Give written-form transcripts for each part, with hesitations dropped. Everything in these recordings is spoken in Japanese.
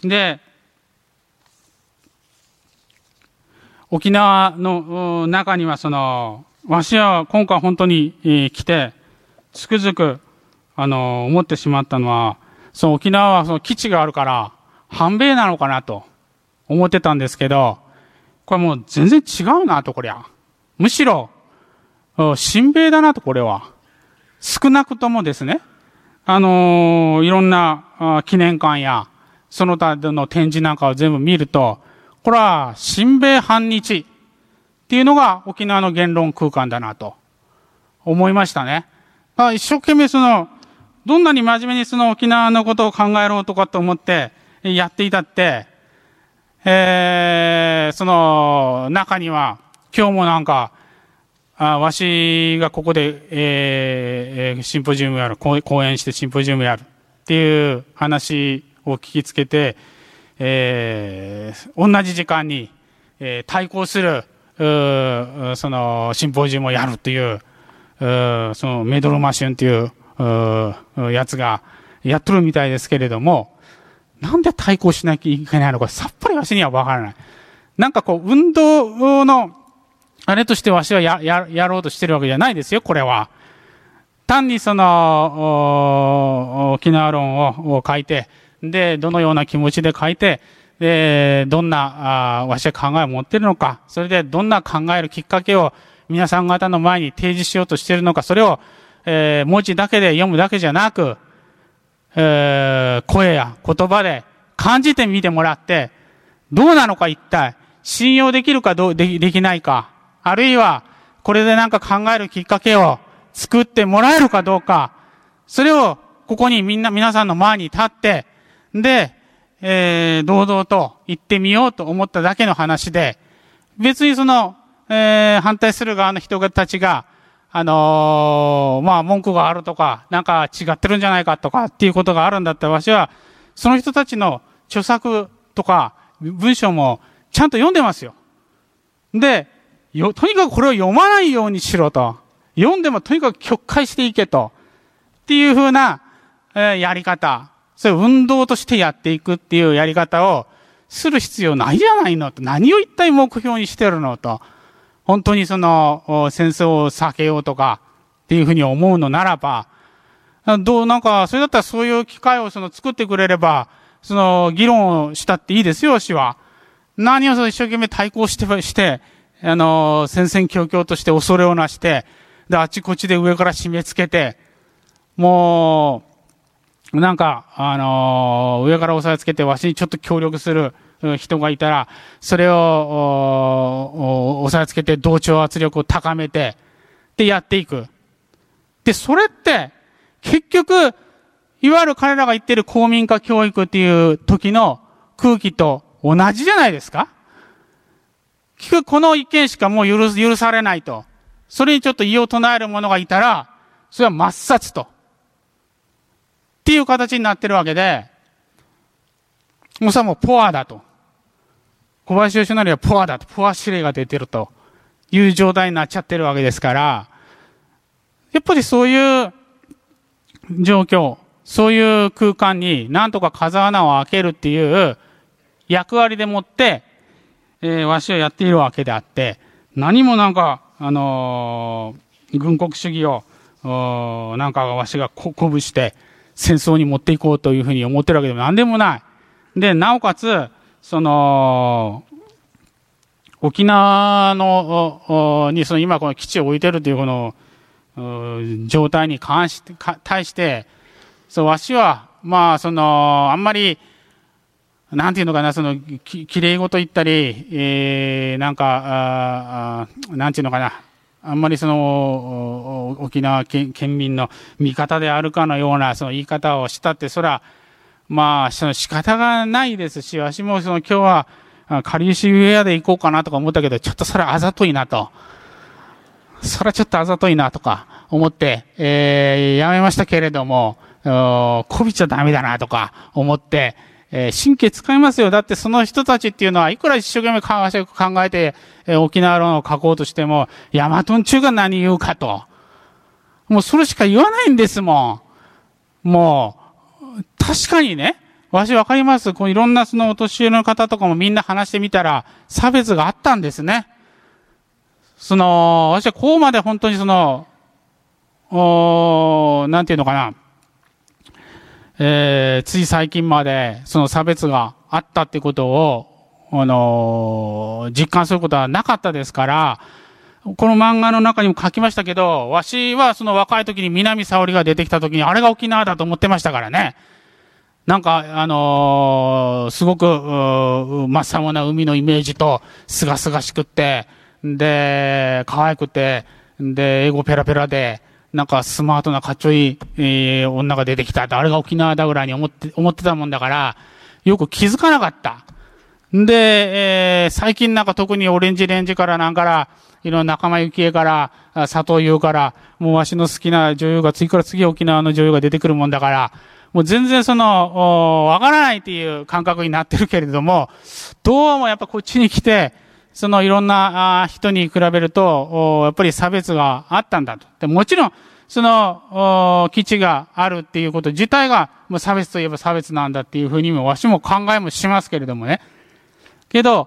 で、沖縄の中にはわしは今回本当に来て、つくづく、思ってしまったのは、沖縄は基地があるから、反米なのかなと思ってたんですけど、これもう全然違うなと、こりゃ。むしろ、親米だなと、これは。少なくともですね、いろんな記念館や、その他の展示なんかを全部見ると、これは親米反日っていうのが沖縄の言論空間だなと思いましたね。一生懸命どんなに真面目に沖縄のことを考えろうとかと思ってやっていたって、中には今日もなんか、わしがここで、シンポジウムやる、講演してシンポジウムやるっていう話を聞きつけて、同じ時間に、対抗する、シンポジウムをやるっていう、メドロマシュンっていうやつがやっとるみたいですけれども、なんで対抗しなきゃいけないのかさっぱりわしにはわからない。なんか運動の、あれとしてわしはやろうとしてるわけじゃないですよ、これは。単に沖縄論を書いて、で、どのような気持ちで書いて、で、どんな、わしは考えを持っているのか、それでどんな考えるきっかけを皆さん方の前に提示しようとしているのか、それを、文字だけで読むだけじゃなく、声や言葉で感じてみてもらって、どうなのか一体、信用できるかできないか、あるいは、これでなんか考えるきっかけを作ってもらえるかどうか、それを、ここに皆さんの前に立って、で、堂々と言ってみようと思っただけの話で、別に反対する側の人たちが、文句があるとか、なんか違ってるんじゃないかとかっていうことがあるんだったら、わしは、その人たちの著作とか、文章もちゃんと読んでますよ。で、とにかくこれを読まないようにしろと。読んでもとにかく曲解していけと。っていう風な、やり方。それを運動としてやっていくっていうやり方をする必要ないじゃないのと。何を一体目標にしてるのと。本当に戦争を避けようとかっていうふうに思うのならば、なんか、それだったらそういう機会を作ってくれれば、議論をしたっていいですよ、私は。何を一生懸命対抗して、戦々恐々として恐れをなして、で、あちこちで上から締め付けて、もう、なんか、上から押さえつけて、わしにちょっと協力する人がいたら、それを、押さえつけて同調圧力を高めて、で、やっていく。で、それって、結局、いわゆる彼らが言ってる公民化教育っていう時の空気と同じじゃないですか？結局この意見しかもう許されないと。それにちょっと異を唱える者がいたら、それは抹殺と。っていう形になってるわけで、もうさ、もうポアだと。小林義成はポアだと。ポア指令が出てるという状態になっちゃってるわけですから、やっぱりそういう状況、そういう空間になんとか風穴を開けるっていう役割でもって、わしはやっているわけであって、何もなんか、軍国主義を、なんかわしが鼓舞して戦争に持っていこうというふうに思ってるわけでも何でもない。で、なおかつ、沖縄に今この基地を置いてるというこの、状態に対して、わしは、あんまり、なんていうのかな、きれいごと言ったり、なんか、なんていうのかな、あんまり沖縄県民の味方であるかのような言い方をしたって、それは、仕方がないですし、わしも今日は、かりゆしウェアで行こうかなとか思ったけど、ちょっとそれあざといなと。それはちょっとあざといなとか思って、やめましたけれども、こびちゃダメだなとか思って、神経使いますよ。だってその人たちっていうのはいくら一生懸命考えて、沖縄論を書こうとしても、ヤマトン中が何言うかと。もうそれしか言わないんですもん。もう、確かにね、 わしわかります。こういろんなそのお年寄りの方とかもみんな話してみたら、差別があったんですね。わしはこうまで本当になんていうのかな。つい最近までその差別があったってことを、実感することはなかったですから、この漫画の中にも書きましたけど、わしはその若い時に南沙織が出てきた時にあれが沖縄だと思ってましたからね。なんか、すごく、真っ青な海のイメージと、すがすがしくって、で、可愛くて、で、英語ペラペラで、なんかスマートなかっちょいい、女が出てきたって、あれが沖縄だぐらいに思ってたもんだから、よく気づかなかった。で、最近なんか特にオレンジレンジからなんから、いろんな仲間由紀恵から、佐藤優から、もうわしの好きな女優が次から次沖縄の女優が出てくるもんだから、もう全然わからないっていう感覚になってるけれども、どうもやっぱこっちに来て、いろんな人に比べると、やっぱり差別があったんだと。でもちろん、基地があるっていうこと自体が、もう差別といえば差別なんだっていうふうにも、わしも考えもしますけれどもね。けど、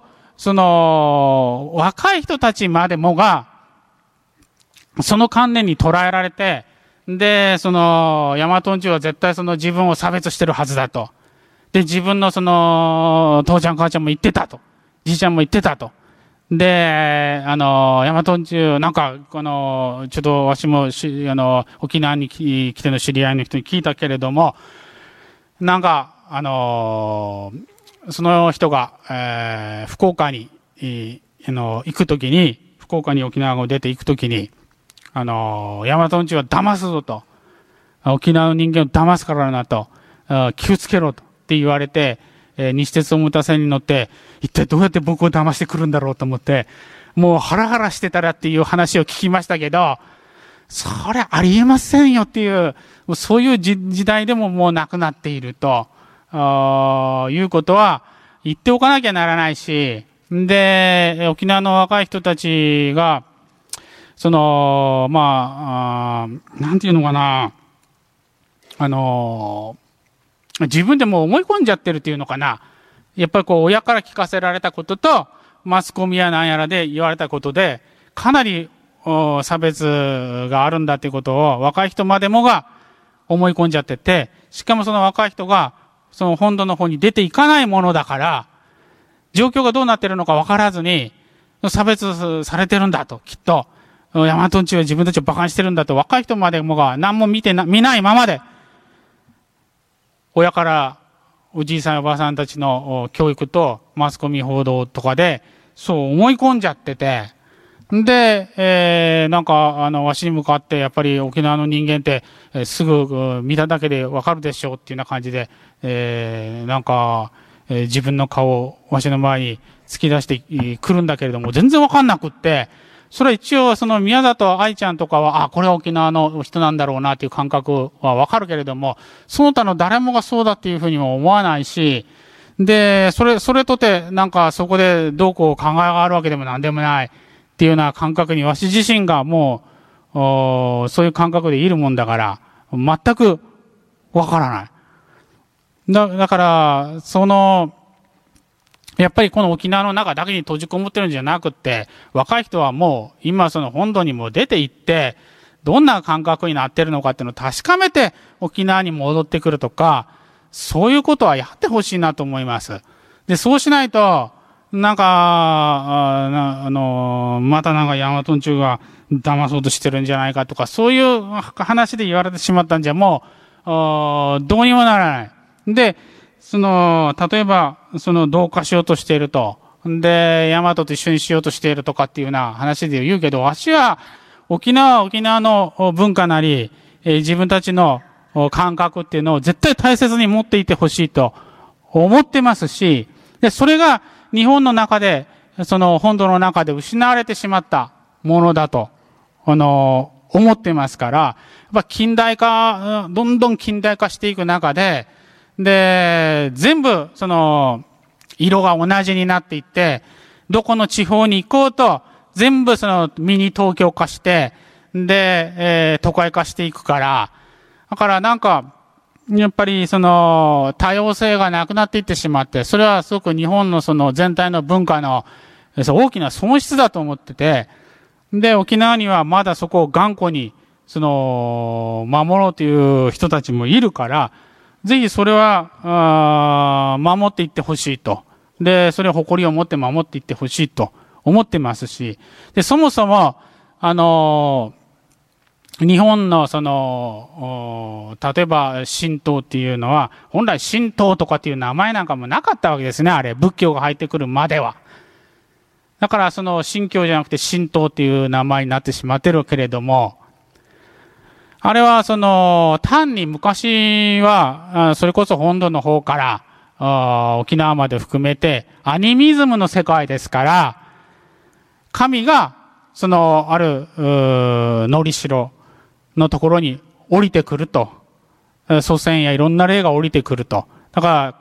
若い人たちまでもが、その観念に捉えられて、で、大和んちは絶対自分を差別してるはずだと。で、自分の父ちゃん母ちゃんも言ってたと。じいちゃんも言ってたと。で、大和んち、なんか、ちょっとわしも沖縄に来ての知り合いの人に聞いたけれども、なんか、その人が、福岡に、行くときに、福岡に沖縄を出て行くときに、大和んちは騙すぞと。沖縄の人間を騙すからなと。気をつけろと。って言われて、西鉄大牟田線に乗って、一体どうやって僕を騙してくるんだろうと思って、もうハラハラしてたらっていう話を聞きましたけど、それありえませんよっていう、そういう時代でももうなくなっていると、いうことは言っておかなきゃならないし、で、沖縄の若い人たちが、なんていうのかな、自分でもう思い込んじゃってるっていうのかな。やっぱり親から聞かせられたことと、マスコミやなんやらで言われたことで、かなり差別があるんだっていうことを若い人までもが思い込んじゃってて、しかもその若い人が本土の方に出ていかないものだから、状況がどうなってるのか分からずに、差別されてるんだと、きっと。大和んちは自分たちを馬鹿にしてるんだと、若い人までもが何も見ないままで、親からおじいさんおばあさんたちの教育とマスコミ報道とかで、そう思い込んじゃってて、で、なんか、わしに向かって、やっぱり沖縄の人間って、すぐ見ただけでわかるでしょうっていうような感じで、なんか、自分の顔をわしの前に突き出してくるんだけれども、全然わかんなくって、それは一応宮里愛ちゃんとかは、これは沖縄の人なんだろうなっていう感覚はわかるけれども、その他の誰もがそうだっていうふうにも思わないし、で、それとて、なんかそこでどうこう考えがあるわけでもなんでもないっていうような感覚に、わし自身がもう、そういう感覚でいるもんだから、全くわからない。だから、やっぱりこの沖縄の中だけに閉じこもってるんじゃなくって、若い人はもう今本土にも出て行って、どんな感覚になってるのかっていうのを確かめて沖縄に戻ってくるとか、そういうことはやってほしいなと思います。で、そうしないと、なんか、またなんか大和んちゅうが騙そうとしてるんじゃないかとか、そういう話で言われてしまったんじゃもう、どうにもならない。で、例えば、同化しようとしていると。で、大和と一緒にしようとしているとかっていうような話で言うけど、わしは沖縄の文化なり、自分たちの感覚っていうのを絶対大切に持っていてほしいと思ってますし、で、それが日本の中で、本土の中で失われてしまったものだと、思ってますから、やっぱどんどん近代化していく中で、で、全部、色が同じになっていって、どこの地方に行こうと、全部ミニ東京化して、で、都会化していくから、だからなんか、 やっぱりその多様性がなくなっていってしまって、それはすごく日本のその全体の文化の大きな損失だと思ってて、で、沖縄にはまだそこを頑固に、守ろうという人たちもいるから、ぜひそれは、守っていってほしいと。で、それを誇りを持って守っていってほしいと思ってますし、で、そもそも、日本の例えば神道っていうのは、本来神道とかっていう名前なんかもなかったわけですね、あれ。仏教が入ってくるまでは。だから神教じゃなくて神道っていう名前になってしまってるけれども、あれは単に昔は、それこそ本土の方から、沖縄まで含めて、アニミズムの世界ですから、神が、ある、のりしろのところに降りてくると。祖先やいろんな霊が降りてくると。だから、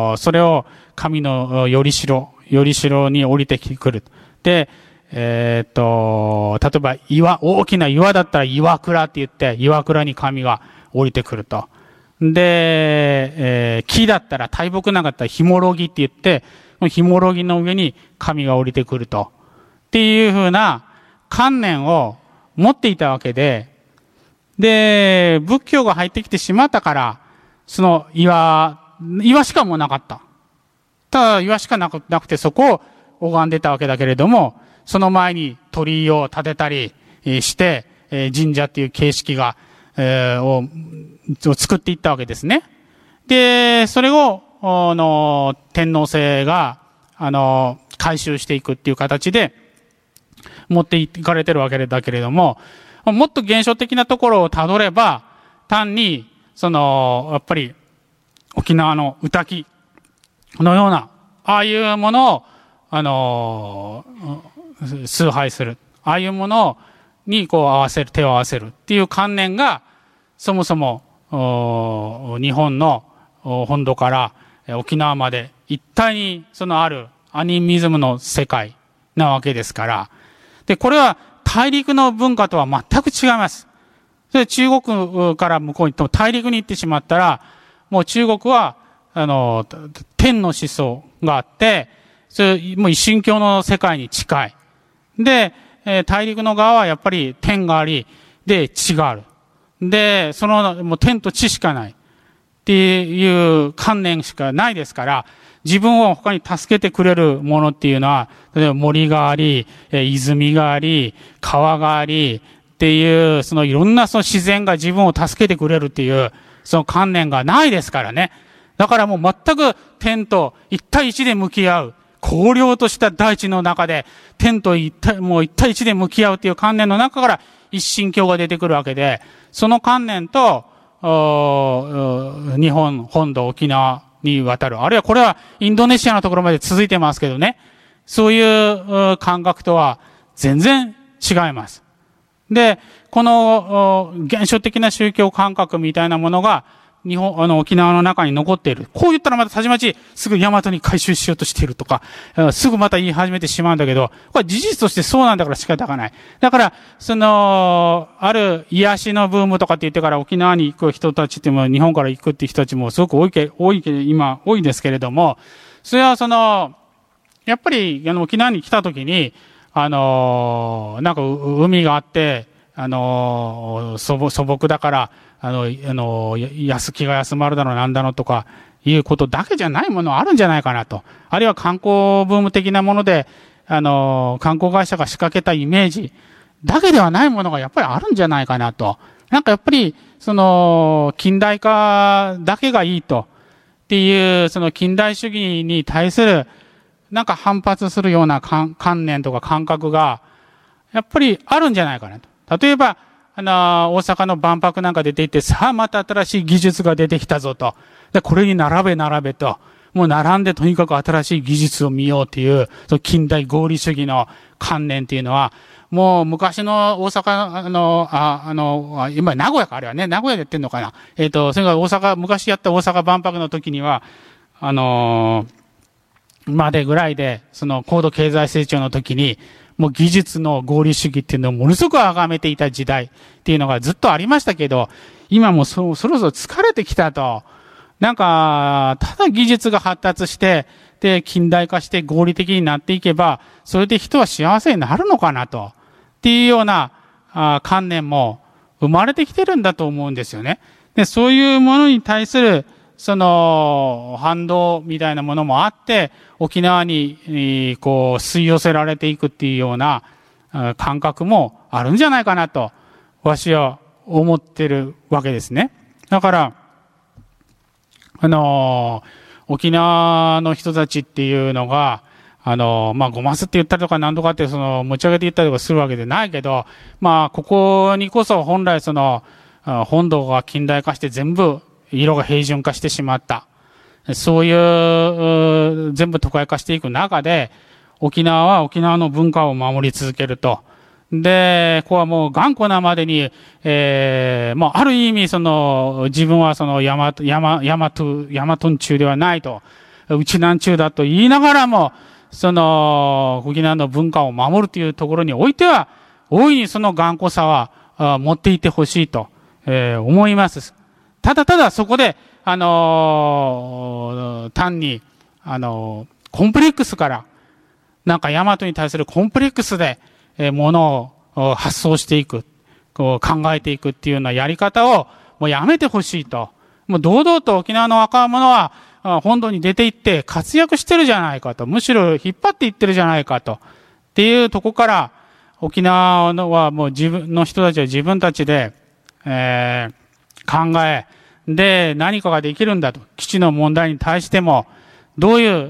それを神のよりしろに降りてくる。で、例えば大きな岩だったら岩倉って言って、岩倉に神が降りてくると。で、木だったら大木なかったらひもろぎって言って、ひもろぎの上に神が降りてくると。っていうふうな観念を持っていたわけで、で、仏教が入ってきてしまったから、岩しかもうなかった。ただ岩しかなくてそこを拝んでたわけだけれども、その前に鳥居を建てたりして、神社っていう形式を作っていったわけですね。で、それを、天皇制が、改修していくっていう形で持っていかれてるわけだけれども、もっと現象的なところをたどれば、単に、やっぱり、沖縄の歌木のような、ああいうものを、崇拝する。ああいうものに手を合わせるっていう観念が、そもそも、日本の本土から沖縄まで一体にあるアニミズムの世界なわけですから。で、これは大陸の文化とは全く違います。それ中国から向こうに大陸に行ってしまったら、もう中国は、天の思想があって、それもう一神教の世界に近い。で、大陸の側はやっぱり天があり、で、地がある。で、もう天と地しかない。っていう観念しかないですから、自分を他に助けてくれるものっていうのは、例えば森があり、泉があり、川があり、っていう、いろんな自然が自分を助けてくれるっていう、その観念がないですからね。だからもう全く天と一対一で向き合う。荒涼とした大地の中で、天と一対一で向き合うっていう観念の中から一神教が出てくるわけで、その観念と、日本本土沖縄に渡る。あるいはこれはインドネシアのところまで続いてますけどね。そういう感覚とは全然違います。で、この現象的な宗教感覚みたいなものが沖縄の中に残っている。こう言ったらまたたちまちすぐ大和に回収しようとしているとか、すぐまた言い始めてしまうんだけど、これ事実としてそうなんだから仕方がない。だから、ある癒しのブームとかって言ってから沖縄に行く人たちっても日本から行くっていう人たちもすごく今多いですけれども、それはやっぱり沖縄に来た時に、なんか海があって、素朴だから、気が休まるだろうなんだのとかいうことだけじゃないものあるんじゃないかなと。あるいは観光ブーム的なもので、観光会社が仕掛けたイメージだけではないものがやっぱりあるんじゃないかなと。なんかやっぱり、近代化だけがいいと。っていう、近代主義に対する、なんか反発するような観念とか感覚が、やっぱりあるんじゃないかなと。例えば、大阪の万博なんか出ていて、さあまた新しい技術が出てきたぞと。で、これに並べと。もう並んでとにかく新しい技術を見ようっていう、近代合理主義の観念っていうのは、もう昔の大阪今名古屋かあれはね、名古屋でやってんのかな。それから昔やった大阪万博の時には、 までぐらいで、その高度経済成長の時に、もう技術の合理主義っていうのをものすごく崇めていた時代っていうのがずっとありましたけど、今もそろそろ疲れてきたと。なんか、ただ技術が発達して、で、近代化して合理的になっていけば、それで人は幸せになるのかなと。っていうような観念も生まれてきてるんだと思うんですよね。で、そういうものに対する、その、反動みたいなものもあって、沖縄に、こう、吸い寄せられていくっていうような感覚もあるんじゃないかなと、私は思ってるわけですね。だから、沖縄の人たちっていうのが、ごますって言ったりとか何とかって、持ち上げて言ったりとかするわけでないけど、ここにこそ本来本土が近代化して全部色が平準化してしまった。そういう、全部都会化していく中で、沖縄は沖縄の文化を守り続けると。で、ここはもう頑固なまでに、もうある意味自分はヤマトン中ではないと、うちなん中だと言いながらも、沖縄の文化を守るというところにおいては、大いにその頑固さは持っていてほしいと、思います。ただそこで、単に、コンプレックスから、なんかヤマトに対するコンプレックスで、ものを発想していく、考えていくっていうようなやり方をもうやめてほしいと。もう堂々と沖縄の若者は本土に出て行って活躍してるじゃないかと。むしろ引っ張っていってるじゃないかと。っていうとこから沖縄はもう自分の人たちは自分たちで、考え、で何かができるんだと。基地の問題に対してもどういう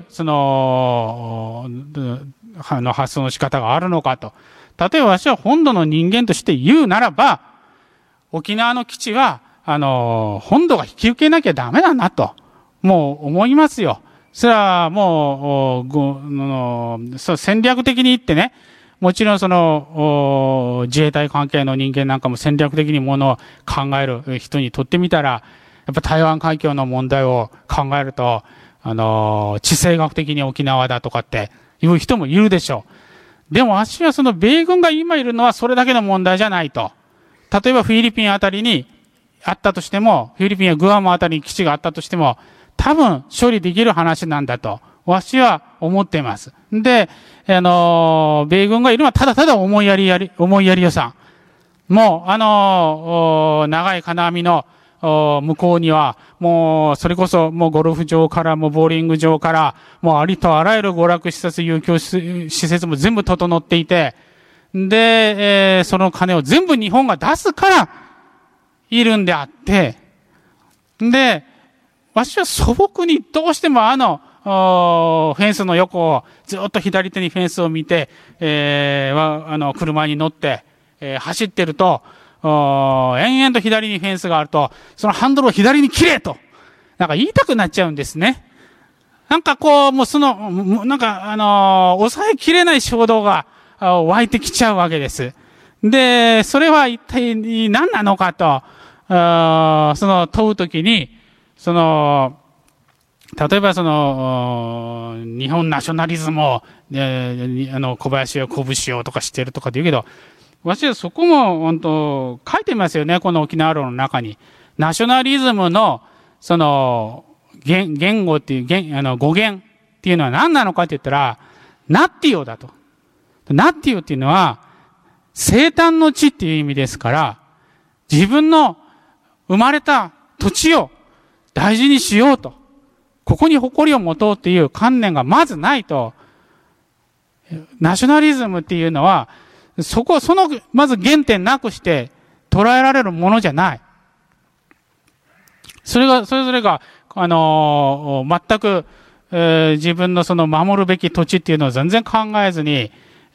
発想の仕方があるのかと。例えば私は本土の人間として言うならば、沖縄の基地は、本土が引き受けなきゃダメだなと、もう思いますよ。それはもう、戦略的に言ってね、もちろん自衛隊関係の人間なんかも戦略的にものを考える人にとってみたら、やっぱ台湾海峡の問題を考えると、地政学的に沖縄だとかっていう人もいるでしょう。でも私は米軍が今いるのはそれだけの問題じゃないと。例えばフィリピンあたりにあったとしても、フィリピンやグアムあたりに基地があったとしても、多分処理できる話なんだと、私は思っています。で、米軍がいるのはただただ思いやり予算。もう、長い金網の向こうには、もう、それこそ、もうゴルフ場から、もうボーリング場から、もうありとあらゆる娯楽施設、遊興施設も全部整っていて、で、その金を全部日本が出すから、いるんであって、で、私は素朴にどうしてもフェンスの横を、ずっと左手にフェンスを見て、車に乗って、走ってると、延々と左にフェンスがあると、そのハンドルを左に切れと、なんか言いたくなっちゃうんですね。なんかこう、もうなんか抑えきれない衝動が湧いてきちゃうわけです。で、それは一体何なのかと、問うときに、例えば日本ナショナリズムを、小林を鼓舞しようとかしてるとかって言うけど、私はそこも本当書いてますよね、この沖縄論の中に。ナショナリズムの言語っていう語源っていうのは何なのかって言ったら、ナッティオだと。ナッティオっていうのは生誕の地っていう意味ですから、自分の生まれた土地を大事にしようと、ここに誇りを持とうっていう観念がまずないと、ナショナリズムっていうのはまず原点なくして捉えられるものじゃない。それぞれが、全く、自分の守るべき土地っていうのを全然考えずに、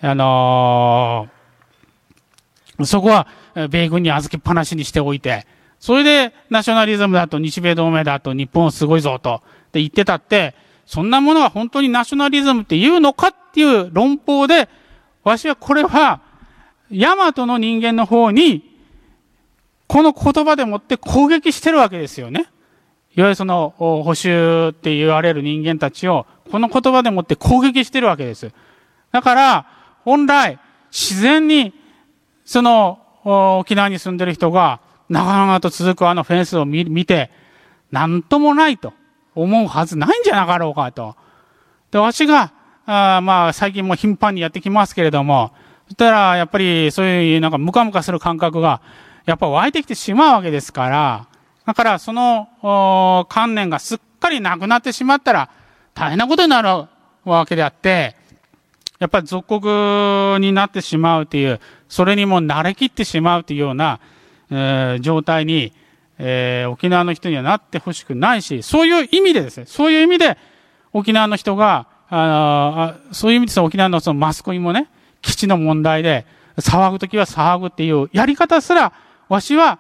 そこは米軍に預けっぱなしにしておいて、それでナショナリズムだと日米同盟だと日本すごいぞとで言ってたって、そんなものが本当にナショナリズムって言うのかっていう論法で、私はこれは、大和の人間の方に、この言葉でもって攻撃してるわけですよね。 いわゆるその保守って言われる人間たちをこの言葉でもって攻撃してるわけです。だから本来自然にその沖縄に住んでる人が長々と続くあのフェンスを見てなんともないと思うはずないんじゃなかろうかと。で、わしがまあ最近も頻繁にやってきますけれども、そしたらやっぱりそういうなんかムカムカする感覚がやっぱ湧いてきてしまうわけですから、だからその観念がすっかりなくなってしまったら大変なことになるわけであって、やっぱり属国になってしまうという、それにも慣れきってしまうというような、状態に、沖縄の人にはなってほしくないし、そういう意味でですね、そういう意味で沖縄の人が、そういう意味で沖縄のそのマスコミもね、基地の問題で騒ぐときは騒ぐっていうやり方すら、わしは、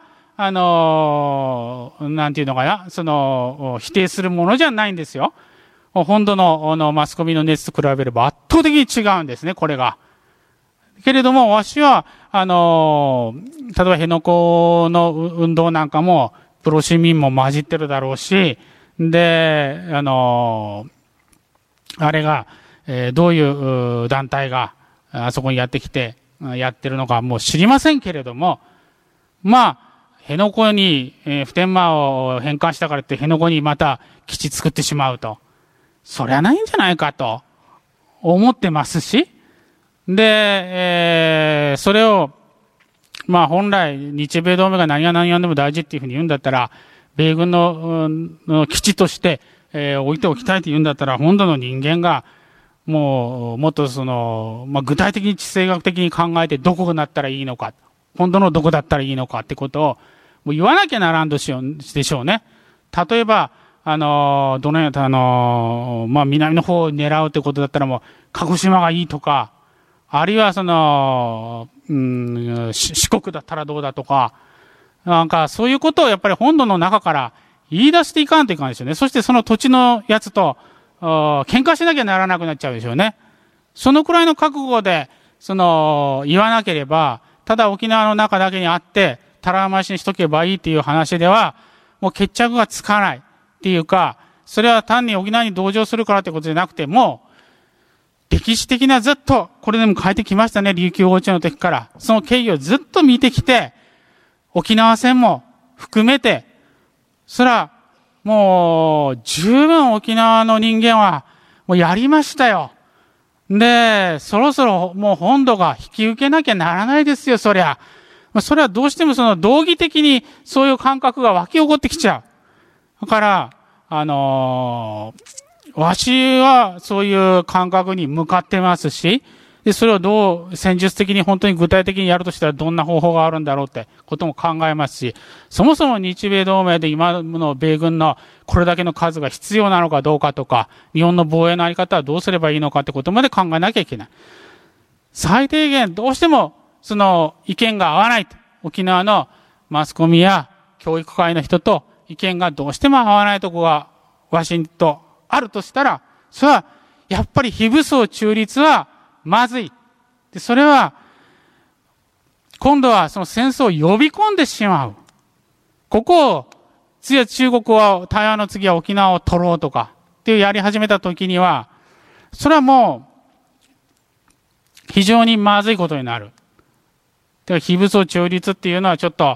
なんていうのかな、否定するものじゃないんですよ。本土のマスコミの熱と比べれば圧倒的に違うんですね、これが。けれども、わしは、例えば辺野古の運動なんかも、プロ市民も混じってるだろうし、で、あれが、どういう団体が、あそこにやってきて、やってるのかもう知りませんけれども、まあ、辺野古に、普天間を返還したからって辺野古にまた基地作ってしまうと。そりゃないんじゃないかと思ってますし、で、それを、まあ本来日米同盟が何が何やんでも大事っていうふうに言うんだったら、米軍の基地として、置いておきたいと言うんだったら、本土の人間が、もっと具体的に地政学的に考えてどこになったらいいのか、本土のどこだったらいいのかってことを、もう言わなきゃならんでしょうね。例えば、まあ、南の方を狙うってことだったらもう、鹿児島がいいとか、あるいは四国だったらどうだとか、なんかそういうことをやっぱり本土の中から言い出していかんといかんですよね。そしてその土地のやつと、喧嘩しなきゃならなくなっちゃうでしょうね。そのくらいの覚悟で、言わなければ、ただ沖縄の中だけにあって、たらましにしとけばいいっていう話では、もう決着がつかないっていうか、それは単に沖縄に同情するからってことじゃなくて、もう、歴史的なずっと、これでも変えてきましたね、琉球王朝の時から。その経緯をずっと見てきて、沖縄戦も含めて、そら、もう、十分沖縄の人間は、もうやりましたよ。で、そろそろもう本土が引き受けなきゃならないですよ、そりゃ。それはどうしても道義的にそういう感覚が湧き起こってきちゃう。だから、わしはそういう感覚に向かってますし、で、それをどう戦術的に本当に具体的にやるとしたらどんな方法があるんだろうってことも考えますし、そもそも日米同盟で今の米軍のこれだけの数が必要なのかどうかとか、日本の防衛のあり方はどうすればいいのかってことまで考えなきゃいけない。最低限どうしても意見が合わないと。沖縄のマスコミや教育界の人と意見がどうしても合わないとこがワシントンあるとしたら、それはやっぱり非武装中立はまずい。で、それは、今度はその戦争を呼び込んでしまう。ここを、次は中国は、台湾の次は沖縄を取ろうとか、っていうやり始めた時には、それはもう、非常にまずいことになる。で、非武装中立っていうのはちょっと、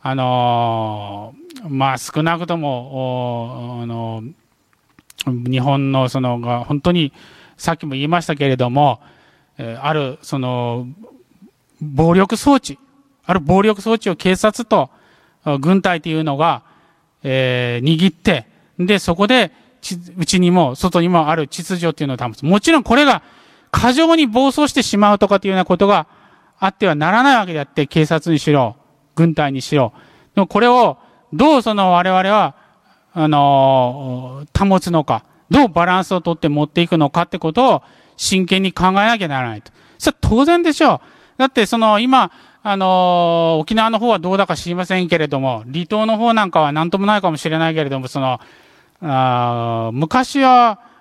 まあ、少なくとも、日本のが本当に、さっきも言いましたけれども、ある暴力装置を警察と軍隊というのが、握って、で、そこで、内にも外にもある秩序っていうのを保つ。もちろんこれが過剰に暴走してしまうとかっていうようなことがあってはならないわけであって、警察にしろ、軍隊にしろ。でもこれをどう我々は、保つのか、どうバランスをとって持っていくのかってことを真剣に考えなきゃならないと。それは当然でしょう。だって今、沖縄の方はどうだか知りませんけれども、離島の方なんかは何ともないかもしれないけれども、昔は、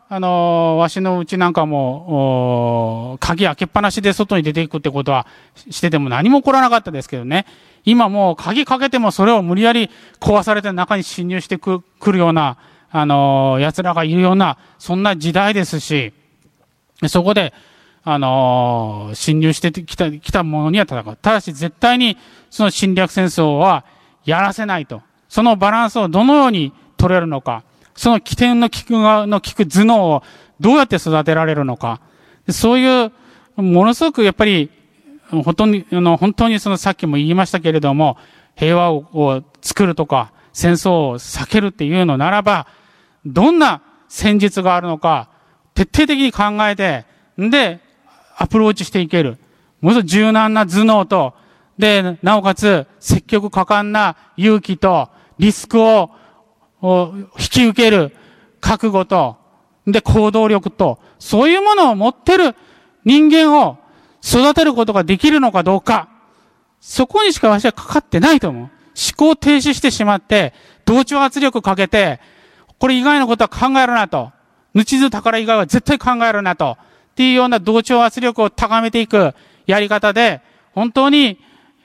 わしのうちなんかも、鍵開けっぱなしで外に出ていくってことはしてても何も起こらなかったですけどね。今もう鍵かけてもそれを無理やり壊されて中に侵入してくるような、奴らがいるような、そんな時代ですし、そこで、侵入してきたものには戦う。ただし絶対にその侵略戦争はやらせないと。そのバランスをどのように取れるのか。その起点の効く頭脳をどうやって育てられるのか。そういう、ものすごくやっぱり、本当にそのさっきも言いましたけれども、平和を作るとか、戦争を避けるっていうのならば、どんな戦術があるのか、徹底的に考えて、で、アプローチしていける。ものすごく柔軟な頭脳と、で、なおかつ積極果敢な勇気と、リスクを引き受ける覚悟と、で、行動力と、そういうものを持ってる人間を育てることができるのかどうか、そこにしか私はかかってないと思う。思考停止してしまって、同調圧力かけて、これ以外のことは考えるなと。ぬず宝以外は絶対考えるなと。っていうような同調圧力を高めていくやり方で、本当に、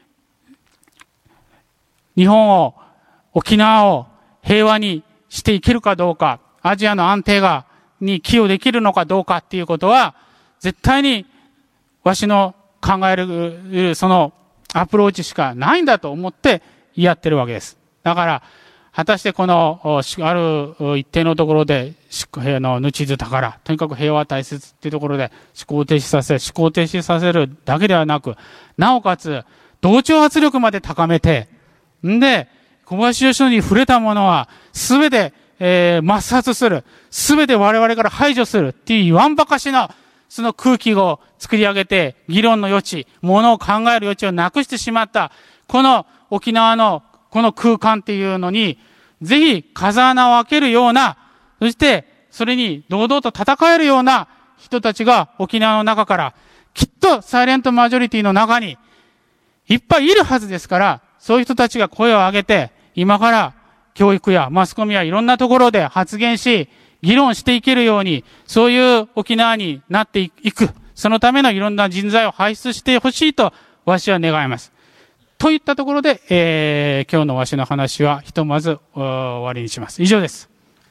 日本を、沖縄を平和にしていけるかどうか、アジアの安定に寄与できるのかどうかっていうことは、絶対に、わしの考える、そのアプローチしかないんだと思ってやってるわけです。だから、果たしてこの、ある一定のところで、ぬちず宝、とにかく平和大切っていうところで思考停止させるだけではなく、なおかつ、同調圧力まで高めて、んで、小林義則に触れたものは、すべて、抹殺する。すべて我々から排除するっていう言わんばかしの、その空気を作り上げて、議論の余地、ものを考える余地をなくしてしまった、この沖縄のこの空間っていうのに、ぜひ風穴を開けるような、そしてそれに堂々と戦えるような人たちが沖縄の中から、きっとサイレントマジョリティの中にいっぱいいるはずですから、そういう人たちが声を上げて、今から教育やマスコミやいろんなところで発言し、議論していけるように、そういう沖縄になっていく。そのためのいろんな人材を輩出してほしいと、わしは願います。といったところで、今日のわしの話はひとまず終わりにします。以上です。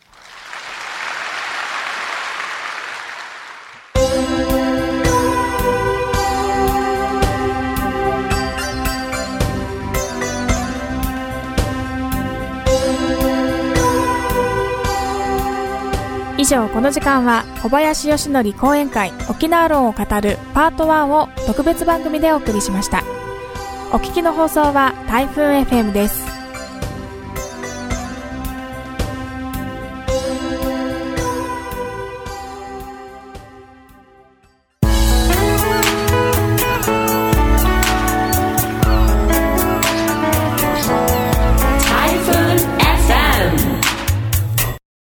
以上、この時間は小林義則講演会沖縄論を語るパート1を特別番組でお送りしました。お聞きの放送は台風 FM です。